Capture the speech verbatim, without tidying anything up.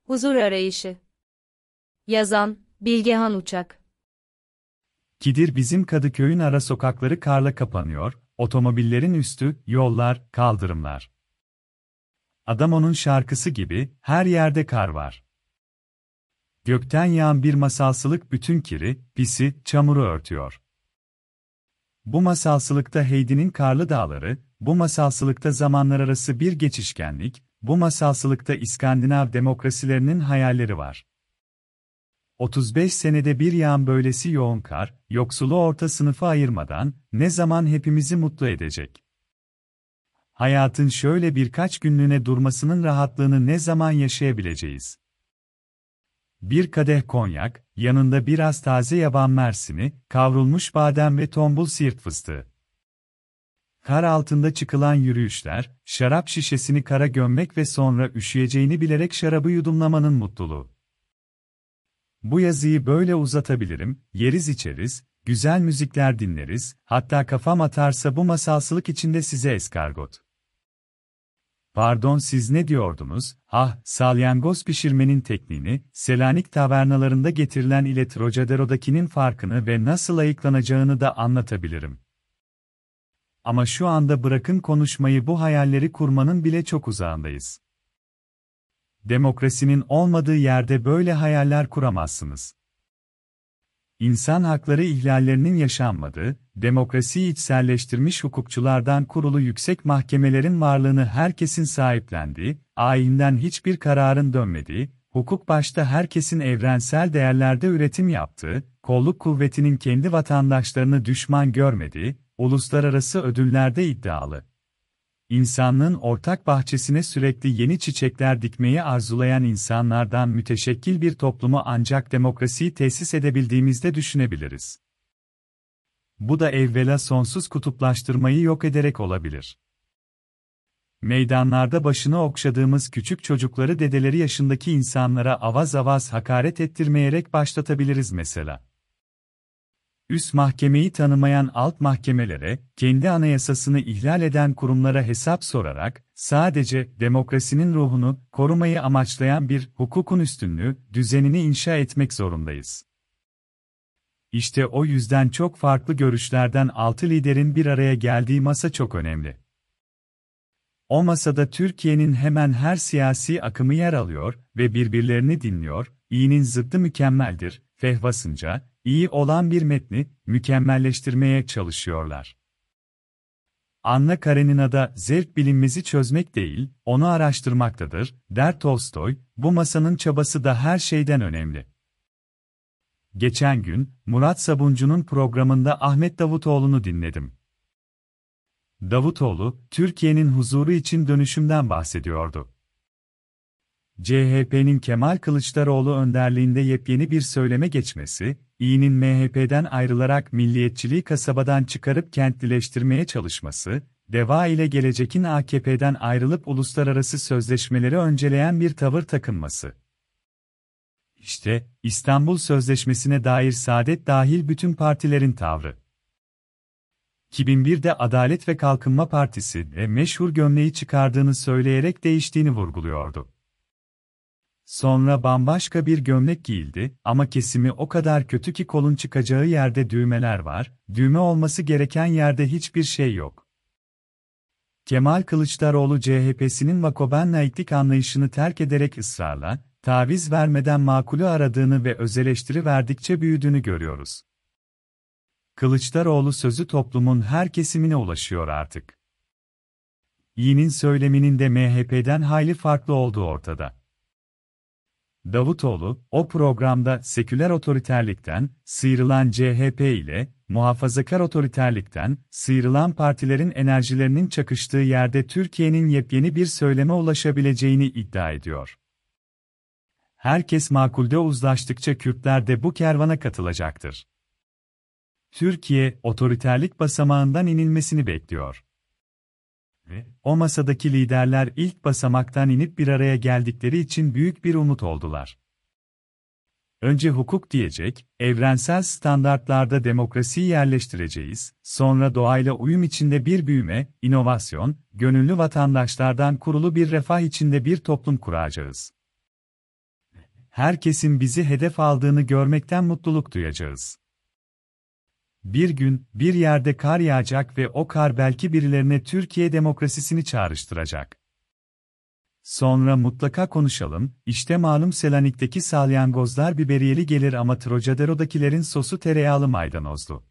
Huzur Arayışı. Yazan, Bilgehan Uçak. Kidir bizim Kadıköy'ün ara sokakları karla kapanıyor, otomobillerin üstü, yollar, kaldırımlar. Adamo'nun şarkısı gibi, her yerde kar var. Gökten yağan bir masalsılık bütün kiri, pisi, çamuru örtüyor. Bu masalsılıkta Heidi'nin karlı dağları, bu masalsılıkta zamanlar arası bir geçişkenlik, bu masalsılıkta İskandinav demokrasilerinin hayalleri var. otuz beş senede bir yağan böylesi yoğun kar, yoksulu orta sınıfı ayırmadan, ne zaman hepimizi mutlu edecek? Hayatın şöyle birkaç günlüğüne durmasının rahatlığını ne zaman yaşayabileceğiz? Bir kadeh konyak, yanında biraz taze yaban mersini, kavrulmuş badem ve tombul siirt fıstığı. Kar altında çıkılan yürüyüşler, şarap şişesini kara gömmek ve sonra üşüyeceğini bilerek şarabı yudumlamanın mutluluğu. Bu yazıyı böyle uzatabilirim, yeriz içeriz, güzel müzikler dinleriz, hatta kafam atarsa bu masalsılık içinde size eskargot. Pardon, siz ne diyordunuz? Ah, salyangoz pişirmenin tekniğini, Selanik tavernalarında getirilen ile Trocadero'dakinin farkını ve nasıl ayıklanacağını da anlatabilirim. Ama şu anda bırakın konuşmayı, bu hayalleri kurmanın bile çok uzağındayız. Demokrasinin olmadığı yerde böyle hayaller kuramazsınız. İnsan hakları ihlallerinin yaşanmadığı, demokrasiyi içselleştirmiş hukukçulardan kurulu yüksek mahkemelerin varlığını herkesin sahiplendiği, ayinden hiçbir kararın dönmediği, hukuk başta herkesin evrensel değerlerde üretim yaptığı, kolluk kuvvetinin kendi vatandaşlarını düşman görmediği, uluslararası ödüllerde iddialı. İnsanlığın ortak bahçesine sürekli yeni çiçekler dikmeyi arzulayan insanlardan müteşekkil bir toplumu ancak demokrasiyi tesis edebildiğimizde düşünebiliriz. Bu da evvela sonsuz kutuplaştırmayı yok ederek olabilir. Meydanlarda başını okşadığımız küçük çocukları dedeleri yaşındaki insanlara avaz avaz hakaret ettirmeyerek başlatabiliriz mesela. Üst mahkemeyi tanımayan alt mahkemelere, kendi anayasasını ihlal eden kurumlara hesap sorarak, sadece demokrasinin ruhunu korumayı amaçlayan bir hukukun üstünlüğü düzenini inşa etmek zorundayız. İşte o yüzden çok farklı görüşlerden altı liderin bir araya geldiği masa çok önemli. O masada Türkiye'nin hemen her siyasi akımı yer alıyor ve birbirlerini dinliyor, iyinin zıddı mükemmeldir, fehvasınca, iyi olan bir metni mükemmelleştirmeye çalışıyorlar. Anna Karenina'da zevk bilinmezi çözmek değil, onu araştırmaktadır, der Tolstoy, bu masanın çabası da her şeyden önemli. Geçen gün, Murat Sabuncu'nun programında Ahmet Davutoğlu'nu dinledim. Davutoğlu, Türkiye'nin huzuru için dönüşümden bahsediyordu. C H P'nin Kemal Kılıçdaroğlu önderliğinde yepyeni bir söyleme geçmesi, İYİ'nin M H P'den ayrılarak milliyetçiliği kasabadan çıkarıp kentlileştirmeye çalışması, DEVA ile Gelecek'in A K P'den ayrılıp uluslararası sözleşmeleri önceleyen bir tavır takınması. İşte, İstanbul Sözleşmesi'ne dair Saadet dahil bütün partilerin tavrı. iki bin birde Adalet ve Kalkınma Partisi de meşhur gömleği çıkardığını söyleyerek değiştiğini vurguluyordu. Sonra bambaşka bir gömlek giyildi ama kesimi o kadar kötü ki kolun çıkacağı yerde düğmeler var, düğme olması gereken yerde hiçbir şey yok. Kemal Kılıçdaroğlu C H P'sinin Vakoben laiklik anlayışını terk ederek ısrarla, taviz vermeden makulü aradığını ve özeleştiri verdikçe büyüdüğünü görüyoruz. Kılıçdaroğlu sözü toplumun her kesimine ulaşıyor artık. İYİ'nin söyleminin de M H P'den hayli farklı olduğu ortada. Davutoğlu, o programda seküler otoriterlikten sıyrılan C H P ile muhafazakar otoriterlikten sıyrılan partilerin enerjilerinin çakıştığı yerde Türkiye'nin yepyeni bir söyleme ulaşabileceğini iddia ediyor. Herkes makulde uzlaştıkça Kürtler de bu kervana katılacaktır. Türkiye, otoriterlik basamağından inilmesini bekliyor. Ve o masadaki liderler ilk basamaktan inip bir araya geldikleri için büyük bir umut oldular. Önce hukuk diyecek, evrensel standartlarda demokrasiyi yerleştireceğiz, sonra doğayla uyum içinde bir büyüme, inovasyon, gönüllü vatandaşlardan kurulu bir refah içinde bir toplum kuracağız. herkesin bizi hedef aldığını görmekten mutluluk duyacağız. Bir gün, bir yerde kar yağacak ve o kar belki birilerine Türkiye demokrasisini çağrıştıracak. Sonra mutlaka konuşalım, işte malum Selanik'teki salyangozlar biberiyeli gelir ama Trocadero'dakilerin sosu tereyağlı maydanozlu.